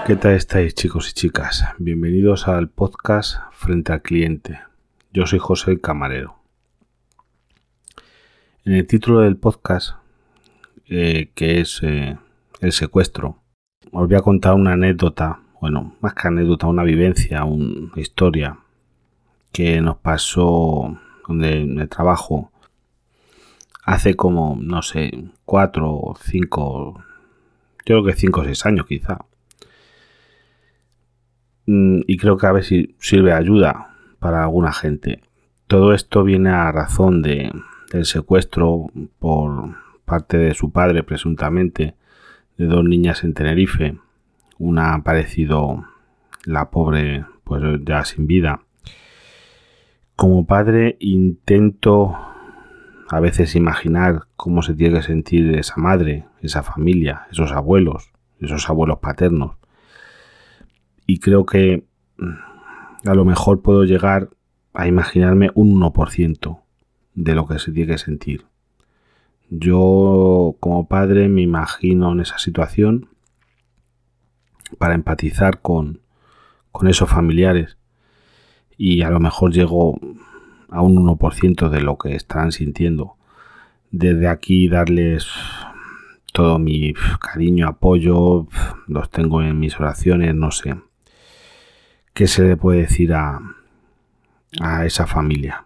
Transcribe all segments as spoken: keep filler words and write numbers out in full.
¿Qué tal estáis, chicos y chicas? Bienvenidos al podcast Frente al Cliente. Yo soy José el Camarero. En el título del podcast, eh, que es eh, el secuestro, os voy a contar una anécdota, bueno, más que anécdota, una vivencia, una historia que nos pasó donde en el trabajo hace como, no sé, cuatro o cinco, yo creo que cinco o seis años quizá. Y creo que a ver si sirve de ayuda para alguna gente. Todo esto viene a razón de, del secuestro por parte de su padre, presuntamente, de dos niñas en Tenerife. Una ha aparecido, la pobre, pues ya sin vida. Como padre intento a veces imaginar cómo se tiene que sentir esa madre, esa familia, esos abuelos, esos abuelos paternos. Y creo que a lo mejor puedo llegar a imaginarme un uno por ciento de lo que se tiene que sentir. Yo como padre me imagino en esa situación para empatizar con, con esos familiares y a lo mejor llego a un uno por ciento de lo que están sintiendo. Desde aquí darles todo mi cariño, apoyo, los tengo en mis oraciones, no sé. ¿Qué se le puede decir a, a esa familia?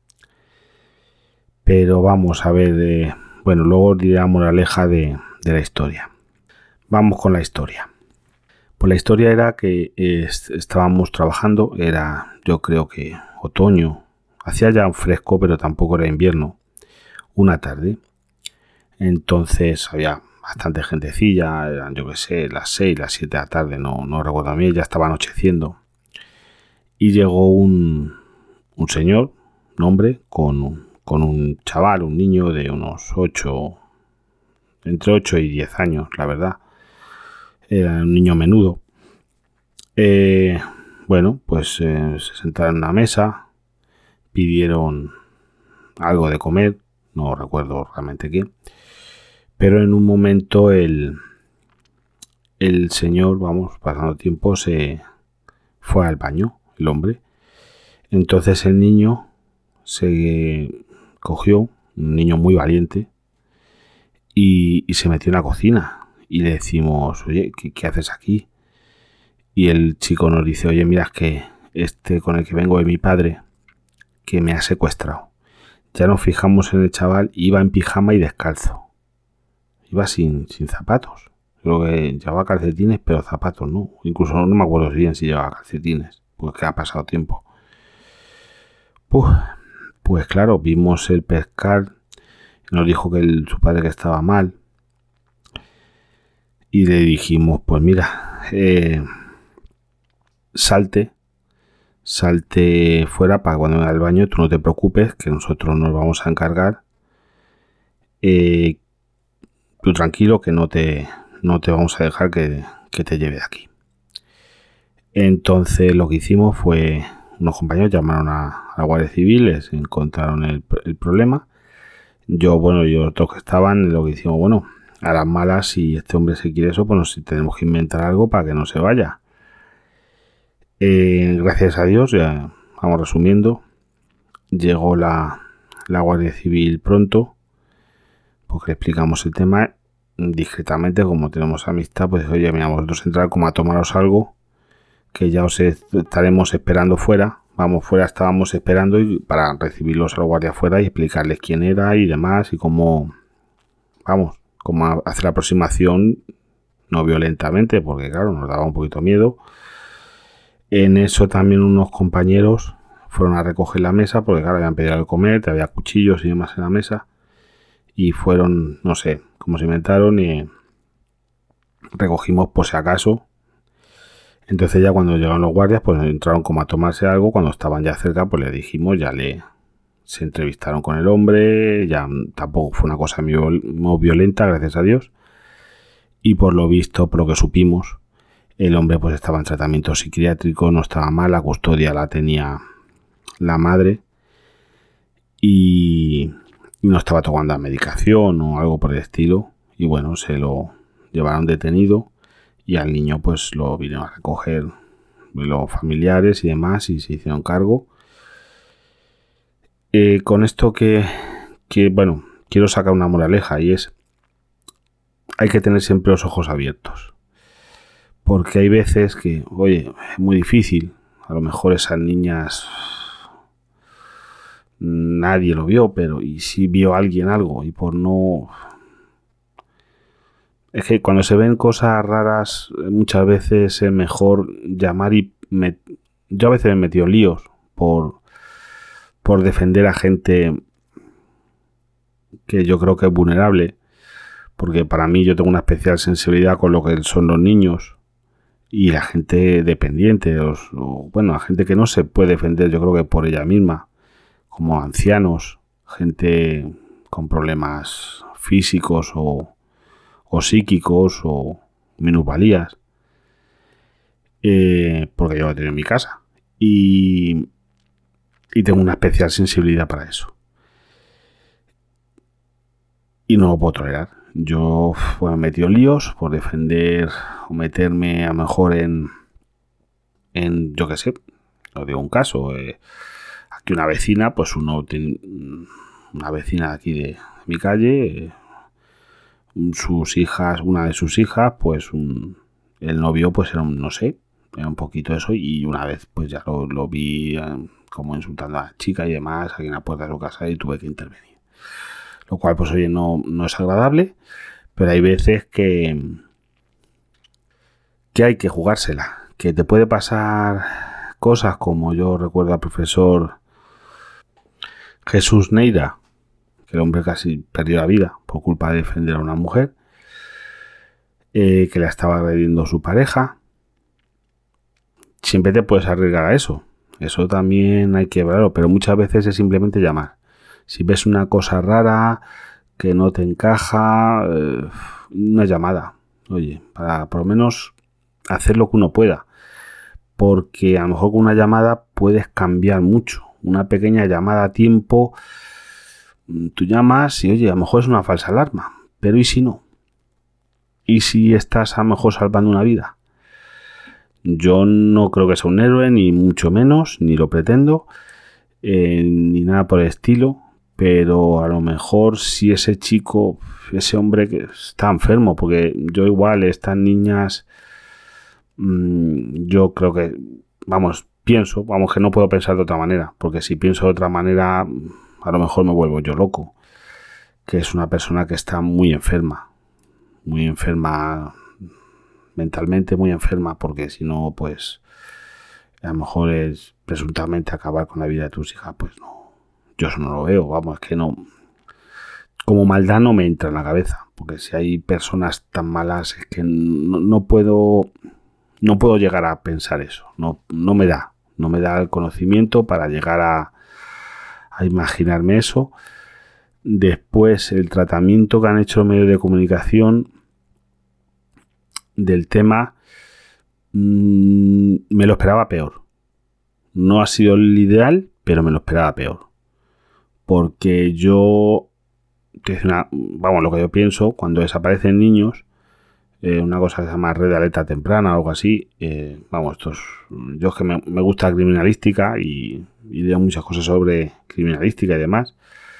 Pero vamos a ver, eh, bueno, luego os diré la moraleja de, de la historia. Vamos con la historia. Pues la historia era que eh, estábamos trabajando, era yo creo que otoño, hacía ya un fresco, pero tampoco era invierno, una tarde. Entonces había bastante gentecilla, eran yo que sé, las seis, las siete de la tarde, no, no recuerdo bien, ya estaba anocheciendo. Y llegó un, un señor, un hombre, con, con un chaval, un niño de unos ocho, entre ocho y diez años, la verdad. Era un niño menudo. Eh, bueno, pues eh, se sentaron en una mesa, pidieron algo de comer, no recuerdo realmente qué. Pero en un momento el, el señor, vamos, pasando tiempo, se fue al baño. El hombre. Entonces el niño se cogió, un niño muy valiente, y, y se metió en la cocina. Y le decimos, oye, ¿qué, qué haces aquí? Y el chico nos dice, oye, mira, es que este con el que vengo es mi padre, que me ha secuestrado. Ya nos fijamos en el chaval, iba en pijama y descalzo. Iba sin, sin zapatos. Creo que llevaba calcetines, pero zapatos no. Incluso no me acuerdo bien si llevaba calcetines. Pues que ha pasado tiempo. Pues, pues claro, vimos el pescar, nos dijo que el, su padre que estaba mal y le dijimos, pues mira, eh, salte, salte fuera para cuando venga al baño, tú no te preocupes, que nosotros nos vamos a encargar, eh, tú tranquilo que no te, no te vamos a dejar que, que te lleve de aquí. Entonces lo que hicimos fue, unos compañeros llamaron a, a la Guardia Civil, les encontraron el, el problema. Yo, bueno, y otros que estaban, lo que hicimos, bueno, a las malas, si este hombre se quiere eso, pues nos, tenemos que inventar algo para que no se vaya. Eh, gracias a Dios, ya vamos resumiendo, llegó la, la Guardia Civil pronto, porque le explicamos el tema discretamente, como tenemos amistad, pues oye, mira, vosotros entrar como a tomaros algo, que ya os estaremos esperando fuera. Vamos, fuera estábamos esperando y para recibirlos a los guardias fuera y explicarles quién era y demás y cómo, vamos, cómo hacer la aproximación no violentamente, porque claro, nos daba un poquito miedo. En eso también unos compañeros fueron a recoger la mesa, porque claro, habían pedido de comer, había cuchillos y demás en la mesa y fueron, no sé, cómo se inventaron y recogimos por si acaso. Entonces ya cuando llegaron los guardias, pues entraron como a tomarse algo. Cuando estaban ya cerca, pues le dijimos, ya le se entrevistaron con el hombre. Ya tampoco fue una cosa muy, muy violenta, gracias a Dios. Y por lo visto, por lo que supimos, el hombre pues estaba en tratamiento psiquiátrico, no estaba mal, la custodia la tenía la madre y no estaba tomando medicación o algo por el estilo. Y bueno, se lo llevaron detenido. y al niño pues lo vinieron a recoger los familiares y demás y se hicieron cargo. Eh, con esto que, que, bueno, quiero sacar una moraleja y es, hay que tener siempre los ojos abiertos. Porque hay veces que, oye, es muy difícil. A lo mejor esas niñas nadie lo vio, pero y si vio alguien algo y por no... Es que cuando se ven cosas raras muchas veces es mejor llamar y... Me... Yo a veces me he metido en líos por, por defender a gente que yo creo que es vulnerable, porque para mí yo tengo una especial sensibilidad con lo que son los niños y la gente dependiente, los, o, bueno, la gente que no se puede defender, yo creo que por ella misma, como ancianos, gente con problemas físicos o, o psíquicos o minusvalías, eh, porque yo lo tengo en mi casa y, y tengo una especial sensibilidad para eso y no lo puedo tolerar. Yo bueno, me he metido en líos por defender o meterme a lo mejor en, en yo qué sé, os digo un caso, eh, aquí una vecina, pues uno tiene una vecina de aquí de mi calle, eh, sus hijas, una de sus hijas, pues un, el novio pues era un, no sé, era un poquito eso y una vez pues ya lo, lo vi eh, como insultando a la chica y demás aquí en la puerta de su casa y tuve que intervenir. Lo cual, pues oye, no, no es agradable, pero hay veces que, que hay que jugársela. Que te puede pasar cosas como yo recuerdo al profesor Jesús Neira, que el hombre casi perdió la vida por culpa de defender a una mujer, eh, que la estaba agrediendo su pareja. Siempre te puedes arriesgar a eso. Eso también hay que verlo, pero muchas veces es simplemente llamar. Si ves una cosa rara que no te encaja, eh, una llamada. Oye, para por lo menos hacer lo que uno pueda. Porque a lo mejor con una llamada puedes cambiar mucho. Una pequeña llamada a tiempo, tú llamas y oye, a lo mejor es una falsa alarma. Pero ¿y si no? ¿Y si estás a lo mejor salvando una vida? Yo no creo que sea un héroe, ni mucho menos, ni lo pretendo, eh, ni nada por el estilo. Pero a lo mejor si ese chico, ese hombre que está enfermo, porque yo igual, estas niñas, mmm, yo creo que, vamos, pienso, vamos, que no puedo pensar de otra manera, porque si pienso de otra manera, a lo mejor me vuelvo yo loco, que es una persona que está muy enferma, muy enferma, mentalmente muy enferma, porque si no, pues, a lo mejor es presuntamente acabar con la vida de tus hijas, pues no. Yo eso no lo veo, vamos, es que no... Como maldad no me entra en la cabeza, porque si hay personas tan malas es que no, no puedo no puedo llegar a pensar eso, no, no me da, no me da el conocimiento para llegar a, a imaginarme eso. Después, el tratamiento que han hecho los medios de comunicación del tema, mmm, me lo esperaba peor. No ha sido el ideal, pero me lo esperaba peor. Porque yo, una, vamos, lo que yo pienso, cuando desaparecen niños, eh, una cosa que se llama red de alerta temprana o algo así, eh, vamos, esto es, yo es que me, me gusta la criminalística y, y leo muchas cosas sobre criminalística y demás.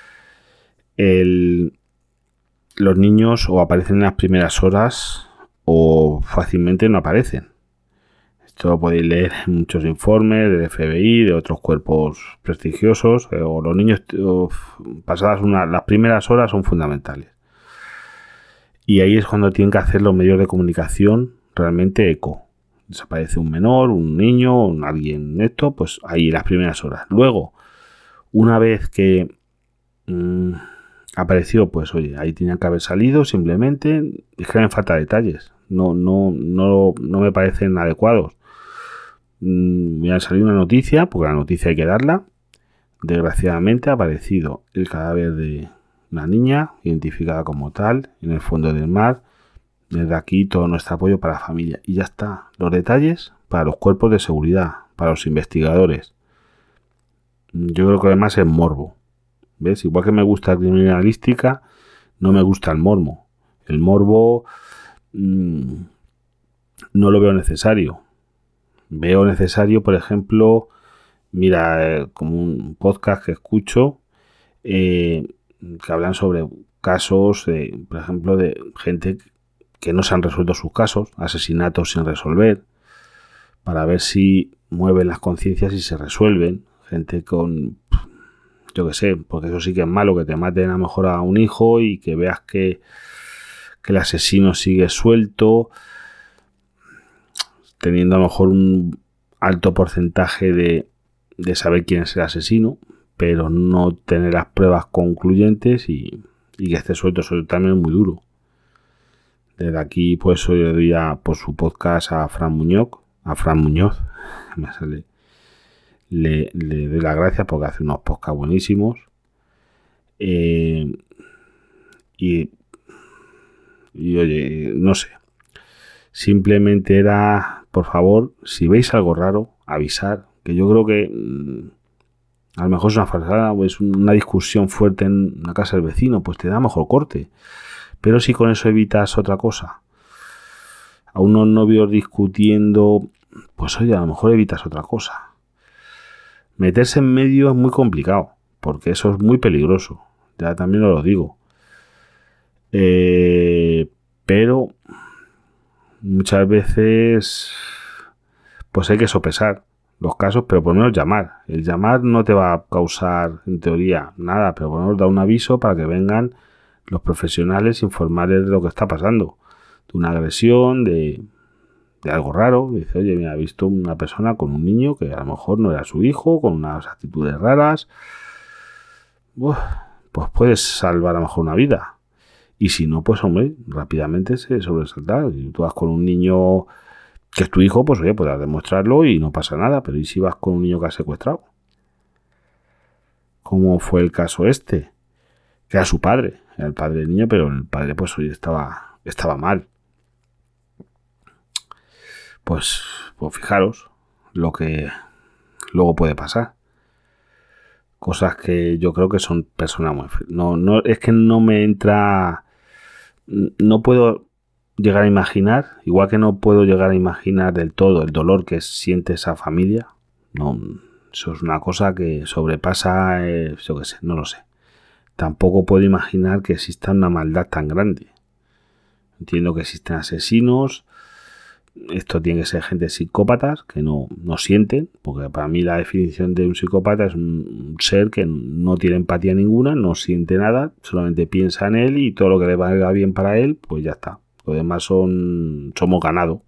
El, los niños o aparecen en las primeras horas o fácilmente no aparecen. Esto lo podéis leer en muchos informes del F B I, de otros cuerpos prestigiosos, eh, o los niños o, pasadas una, las primeras horas son fundamentales. Y ahí es cuando tienen que hacer los medios de comunicación realmente eco. Desaparece un menor, un niño, un alguien esto, pues ahí las primeras horas. Luego, una vez que mmm, apareció, pues oye, ahí tenían que haber salido, simplemente, es que me falta detalles, no, no, no, no me parecen adecuados. Me ha salido una noticia, porque la noticia hay que darla. Desgraciadamente ha aparecido el cadáver de una niña, identificada como tal, en el fondo del mar. Desde aquí todo nuestro apoyo para la familia. Y ya está. Los detalles para los cuerpos de seguridad, para los investigadores. Yo creo que además es morbo. ¿Ves? Igual que me gusta la criminalística, no me gusta el morbo. El morbo... Mmm, no lo veo necesario. Veo necesario, por ejemplo, mira, eh, como un podcast que escucho eh, que hablan sobre casos, de, por ejemplo, de gente que no se han resuelto sus casos, asesinatos sin resolver, para ver si mueven las conciencias y se resuelven. Gente con, yo qué sé, porque eso sí que es malo, que te maten a lo mejor a un hijo y que veas que, que el asesino sigue suelto, teniendo a lo mejor un alto porcentaje de, de saber quién es el asesino, pero no tener las pruebas concluyentes y, y que esté suelto. Eso también es muy duro. Desde aquí, pues, yo le doy a, por su podcast a Fran Muñoz, a Fran Muñoz, me sale, le, le doy las gracias porque hace unos podcasts buenísimos. Eh, y, y, oye, no sé, simplemente era, por favor, si veis algo raro, avisar, que yo creo que mmm, a lo mejor es una falsada o es una discusión fuerte en la casa del vecino, pues te da mejor corte. Pero si con eso evitas otra cosa, a unos novios discutiendo, pues oye, a lo mejor evitas otra cosa. Meterse en medio es muy complicado, porque eso es muy peligroso, ya también os lo digo. Eh, pero muchas veces pues hay que sopesar los casos, pero por lo menos llamar. El llamar no te va a causar, en teoría, nada, pero por lo menos da un aviso para que vengan los profesionales informarles de lo que está pasando, de una agresión, de, de algo raro. Dice, oye, mira, he visto una persona con un niño que a lo mejor no era su hijo, con unas actitudes raras. Uf, pues puedes salvar a lo mejor una vida. Y si no, pues hombre, rápidamente se sobresalta. Si tú vas con un niño que es tu hijo, pues oye, podrás demostrarlo y no pasa nada. Pero ¿y si vas con un niño que has secuestrado? ¿Cómo fue el caso este? Que era su padre, era el padre del niño, pero el padre pues hoy estaba, estaba mal. Pues, pues fijaros lo que luego puede pasar. Cosas que yo creo que son personas muy... No, no, es que no me entra... No puedo llegar a imaginar, igual que no puedo llegar a imaginar del todo el dolor que siente esa familia. No, eso es una cosa que sobrepasa, eh, yo qué sé, no lo sé. Tampoco puedo imaginar que exista una maldad tan grande. Entiendo que existen asesinos. Esto tiene que ser gente psicópatas que no, no sienten, porque para mí la definición de un psicópata es un ser que no tiene empatía ninguna, no siente nada, solamente piensa en él y todo lo que le valga bien para él, pues ya está. Lo demás son somos ganado.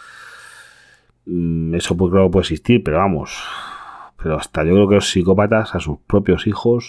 Eso pues creo que puede existir, pero vamos. Pero hasta yo creo que los psicópatas a sus propios hijos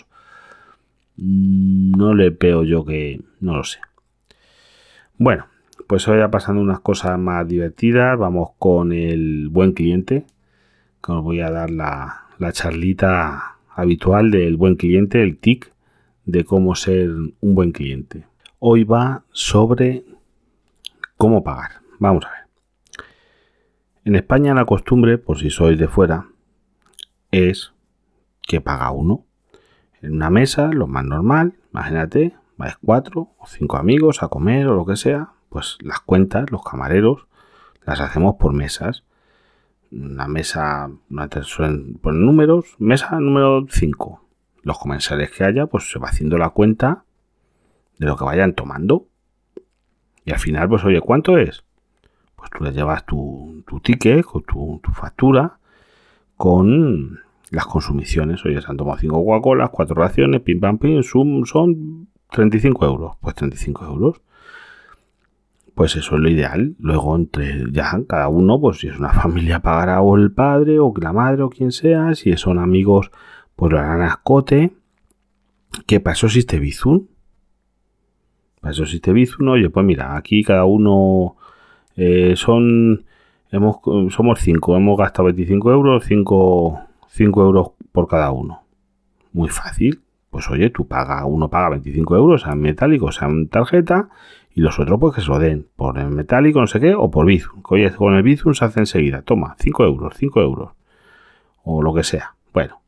no le veo yo que... no lo sé. Bueno, pues hoy ya pasando unas cosas más divertidas, vamos con el buen cliente, que os voy a dar la, la charlita habitual del buen cliente, el tic de cómo ser un buen cliente. Hoy va sobre cómo pagar. Vamos a ver. En España la costumbre, por si sois de fuera, es que paga uno. En una mesa, lo más normal, imagínate, vais cuatro o cinco amigos a comer o lo que sea, pues las cuentas, los camareros, las hacemos por mesas. Una mesa, una suelen poner números, mesa número cinco. Los comensales que haya, pues se va haciendo la cuenta de lo que vayan tomando. Y al final, pues oye, ¿cuánto es? Pues tú le llevas tu, tu ticket, con tu, tu factura, con las consumiciones. Oye, se han tomado cinco Coca-Colas, cuatro raciones, pim pam pim, sum, son treinta y cinco euros. Pues treinta y cinco euros. Pues eso es lo ideal. Luego, entre ya cada uno, pues si es una familia, pagará o el padre, o la madre, o quien sea. Si son amigos, pues lo harán a escote. ¿Qué para eso existe Bizum? Para eso existe Bizum. Oye, pues mira, aquí cada uno eh, son... Hemos, somos cinco, hemos gastado veinticinco euros, cinco euros por cada uno. Muy fácil. Pues oye, tú pagas, uno paga veinticinco euros, sean metálicos, sean tarjeta, y los otros pues que se lo den por el metálico, no sé qué, o por Bizum. Oye, con el Bizum se hace enseguida. Toma, cinco euros, cinco euros. O lo que sea. Bueno.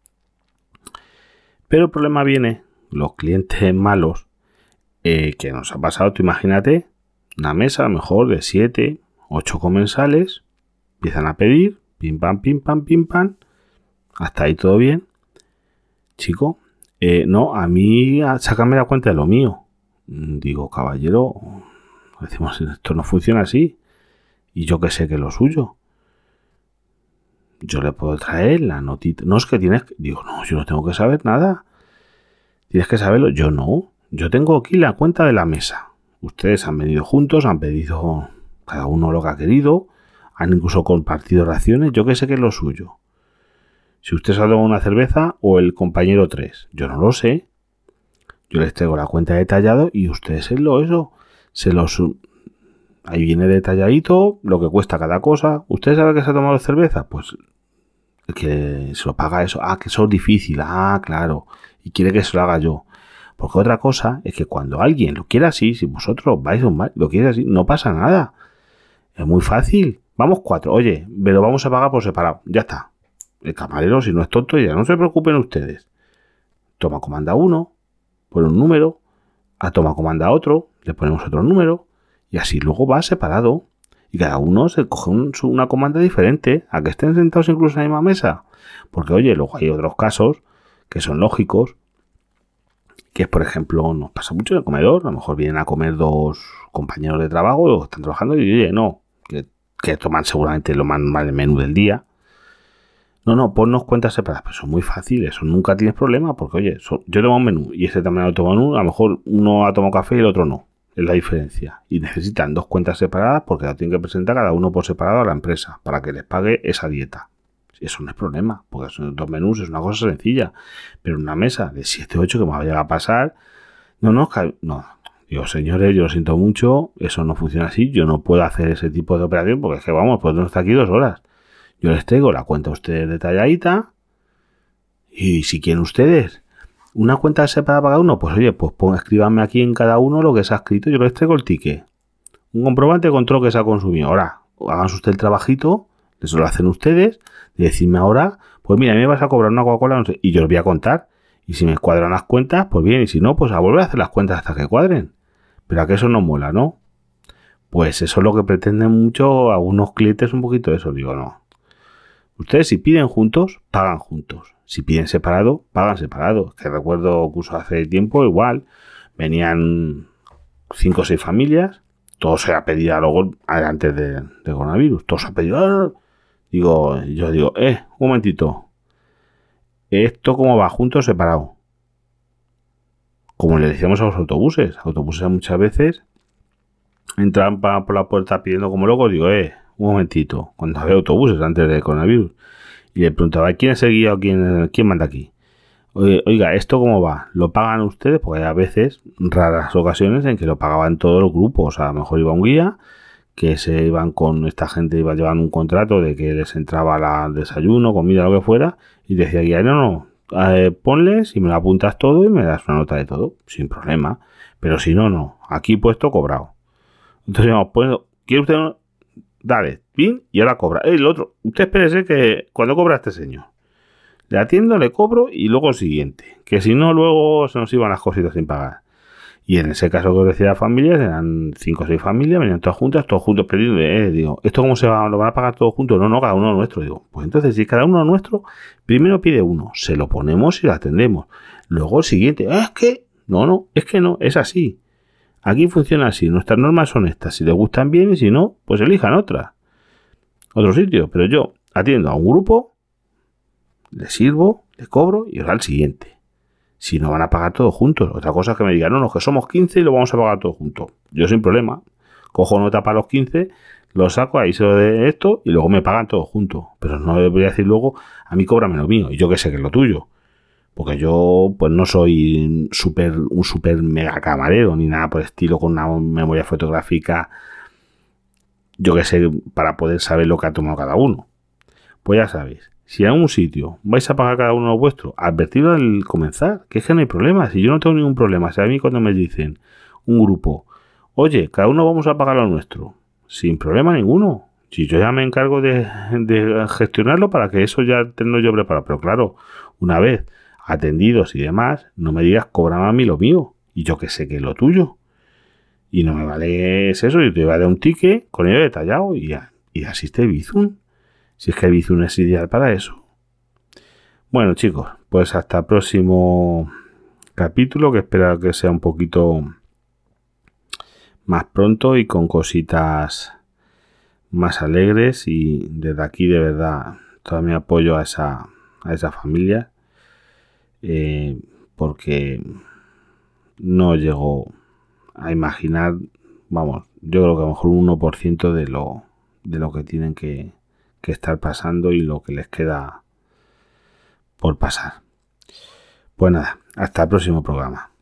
Pero el problema viene, los clientes malos, eh, que nos ha pasado, tú imagínate, una mesa a lo mejor de siete, ocho comensales, empiezan a pedir, pim pam, pim pam, pim pam, hasta ahí todo bien. Chico, eh, no, a mí, sácame la cuenta de lo mío. Digo, caballero, decimos, esto no funciona así. Y yo que sé que es lo suyo. Yo le puedo traer la notita. No, es que tienes que... Digo, no, yo no tengo que saber nada. Tienes que saberlo. Yo no. Yo tengo aquí la cuenta de la mesa. Ustedes han venido juntos, han pedido cada uno lo que ha querido, han incluso compartido raciones. Yo que sé que es lo suyo. Si usted se ha tomado una cerveza o el compañero tres. Yo no lo sé. Yo les traigo la cuenta detallado y ustedes se lo eso. Se los... Ahí viene detalladito lo que cuesta cada cosa. ¿Usted sabe que se ha tomado cerveza? Pues que se lo paga eso. Ah, que eso es difícil. Ah, claro. Y quiere que se lo haga yo. Porque otra cosa es que cuando alguien lo quiere así, si vosotros vais o lo quieres así, no pasa nada. Es muy fácil. Vamos cuatro. Oye, pero vamos a pagar por separado. Ya está. El camarero, si no es tonto, ya no se preocupen ustedes. Toma comanda uno, pone un número. A toma comanda otro, le ponemos otro número. Y así luego va separado. Y cada uno se coge un, una comanda diferente. A que estén sentados incluso en la misma mesa. Porque, oye, luego hay otros casos que son lógicos. Que es, por ejemplo, nos pasa mucho en el comedor. A lo mejor vienen a comer dos compañeros de trabajo o están trabajando y, oye, no. Que, que toman seguramente lo más normal el menú del día. No, no, ponnos cuentas separadas. Pero eso es muy fácil. Eso nunca tienes problema. Porque, oye, so, yo tomo un menú y ese también lo toma uno. A lo mejor uno ha tomado café y el otro no. Es la diferencia. Y necesitan dos cuentas separadas porque la tienen que presentar cada uno por separado a la empresa para que les pague esa dieta. Eso no es problema, porque son dos menús, es una cosa sencilla. Pero una mesa de siete o ocho que me va a llegar a pasar, no, no, no. Digo, señores, yo lo siento mucho, eso no funciona así, yo no puedo hacer ese tipo de operación porque es que vamos, pues no está aquí dos horas. Yo les traigo la cuenta a ustedes detalladita y si quieren ustedes una cuenta separada para cada uno, pues oye, pues pon, escríbanme aquí en cada uno lo que se ha escrito, yo les traigo el ticket. Un comprobante con todo lo que se ha consumido. Ahora, háganse usted el trabajito, eso lo hacen ustedes, de decirme ahora, pues mira, a mí me vas a cobrar una Coca-Cola, no sé, y yo os voy a contar. Y si me cuadran las cuentas, pues bien, y si no, pues a volver a hacer las cuentas hasta que cuadren. Pero a que eso no mola, ¿no? Pues eso es lo que pretenden mucho algunos clientes, un poquito de eso. Digo, no. Ustedes si piden juntos, pagan juntos. Si piden separado, pagan separado. Que recuerdo que hace tiempo igual. Venían cinco o seis familias. Todo se ha pedido luego antes de, de coronavirus. Todo se ha pedido. ¡Ah! Digo, yo digo, eh, un momentito. ¿Esto cómo va? ¿Juntos o separado? Como le decíamos a los autobuses. Autobuses muchas veces entran pa, por la puerta pidiendo como locos. Digo, eh, un momentito. Cuando había autobuses antes del coronavirus. Y le preguntaba, ¿quién es el guía o quién, quién manda aquí? Oiga, ¿esto cómo va? ¿Lo pagan ustedes? Porque hay a veces, raras ocasiones, en que lo pagaban todos los grupos. A lo mejor iba un guía, que se iban con esta gente, iba llevando un contrato de que les entraba la desayuno, comida, lo que fuera, y decía guía, no, no, eh, ponles y me lo apuntas todo y me das una nota de todo, sin problema. Pero si no, no, aquí puesto cobrado. Entonces, vamos, pues, ¿quiere usted? Dale, pin, y ahora cobra. El otro, usted espérese que cuando cobra este señor, le atiendo, le cobro y luego el siguiente. Que si no, luego se nos iban las cositas sin pagar. Y en ese caso que os decía familias, eran cinco o seis familias, venían todas juntas, todos juntos pediendo, eh, digo, ¿esto cómo se va? ¿Lo van a pagar todos juntos? No, no, cada uno nuestro. Digo, pues entonces, si cada uno nuestro, primero pide uno, se lo ponemos y lo atendemos. Luego el siguiente, ah, es que, no, no, es que no, es así. Aquí funciona así, nuestras normas son estas, si les gustan bien y si no, pues elijan otras. Otro sitio, pero yo atiendo a un grupo, le sirvo, le cobro y ahora al siguiente. Si no van a pagar todos juntos. Otra cosa es que me digan, no, no, que somos quince y lo vamos a pagar todos juntos. Yo sin problema. Cojo nota para los quince, lo saco, ahí se lo de esto y luego me pagan todos juntos. Pero no les voy a decir luego, a mí cóbrame lo mío. Y yo que sé que es lo tuyo. Porque yo pues no soy super, un super mega camarero ni nada por el estilo con una memoria fotográfica, yo que sé, para poder saber lo que ha tomado cada uno. Pues ya sabéis. Si en un sitio vais a pagar cada uno lo vuestro, advertidlo al comenzar, que es que no hay problema. Si yo no tengo ningún problema, si a mí cuando me dicen un grupo, oye, cada uno vamos a pagar lo nuestro, sin problema ninguno. Si yo ya me encargo de, de gestionarlo para que eso ya tengo yo preparado. Pero claro, una vez atendidos y demás, no me digas cóbrame a mí lo mío y yo que sé que es lo tuyo. Y no me vale eso, yo te voy a dar un ticket con ello detallado y, y asiste Bizum. Si es que el Bizum es ideal para eso. Bueno, chicos, pues hasta el próximo capítulo, que espero que sea un poquito más pronto y con cositas más alegres. Y desde aquí, de verdad, todo mi apoyo a esa, a esa familia, eh, porque no llego a imaginar, vamos, yo creo que a lo mejor un uno por ciento de lo, de lo que tienen que, que estar pasando y lo que les queda por pasar. Pues nada, hasta el próximo programa.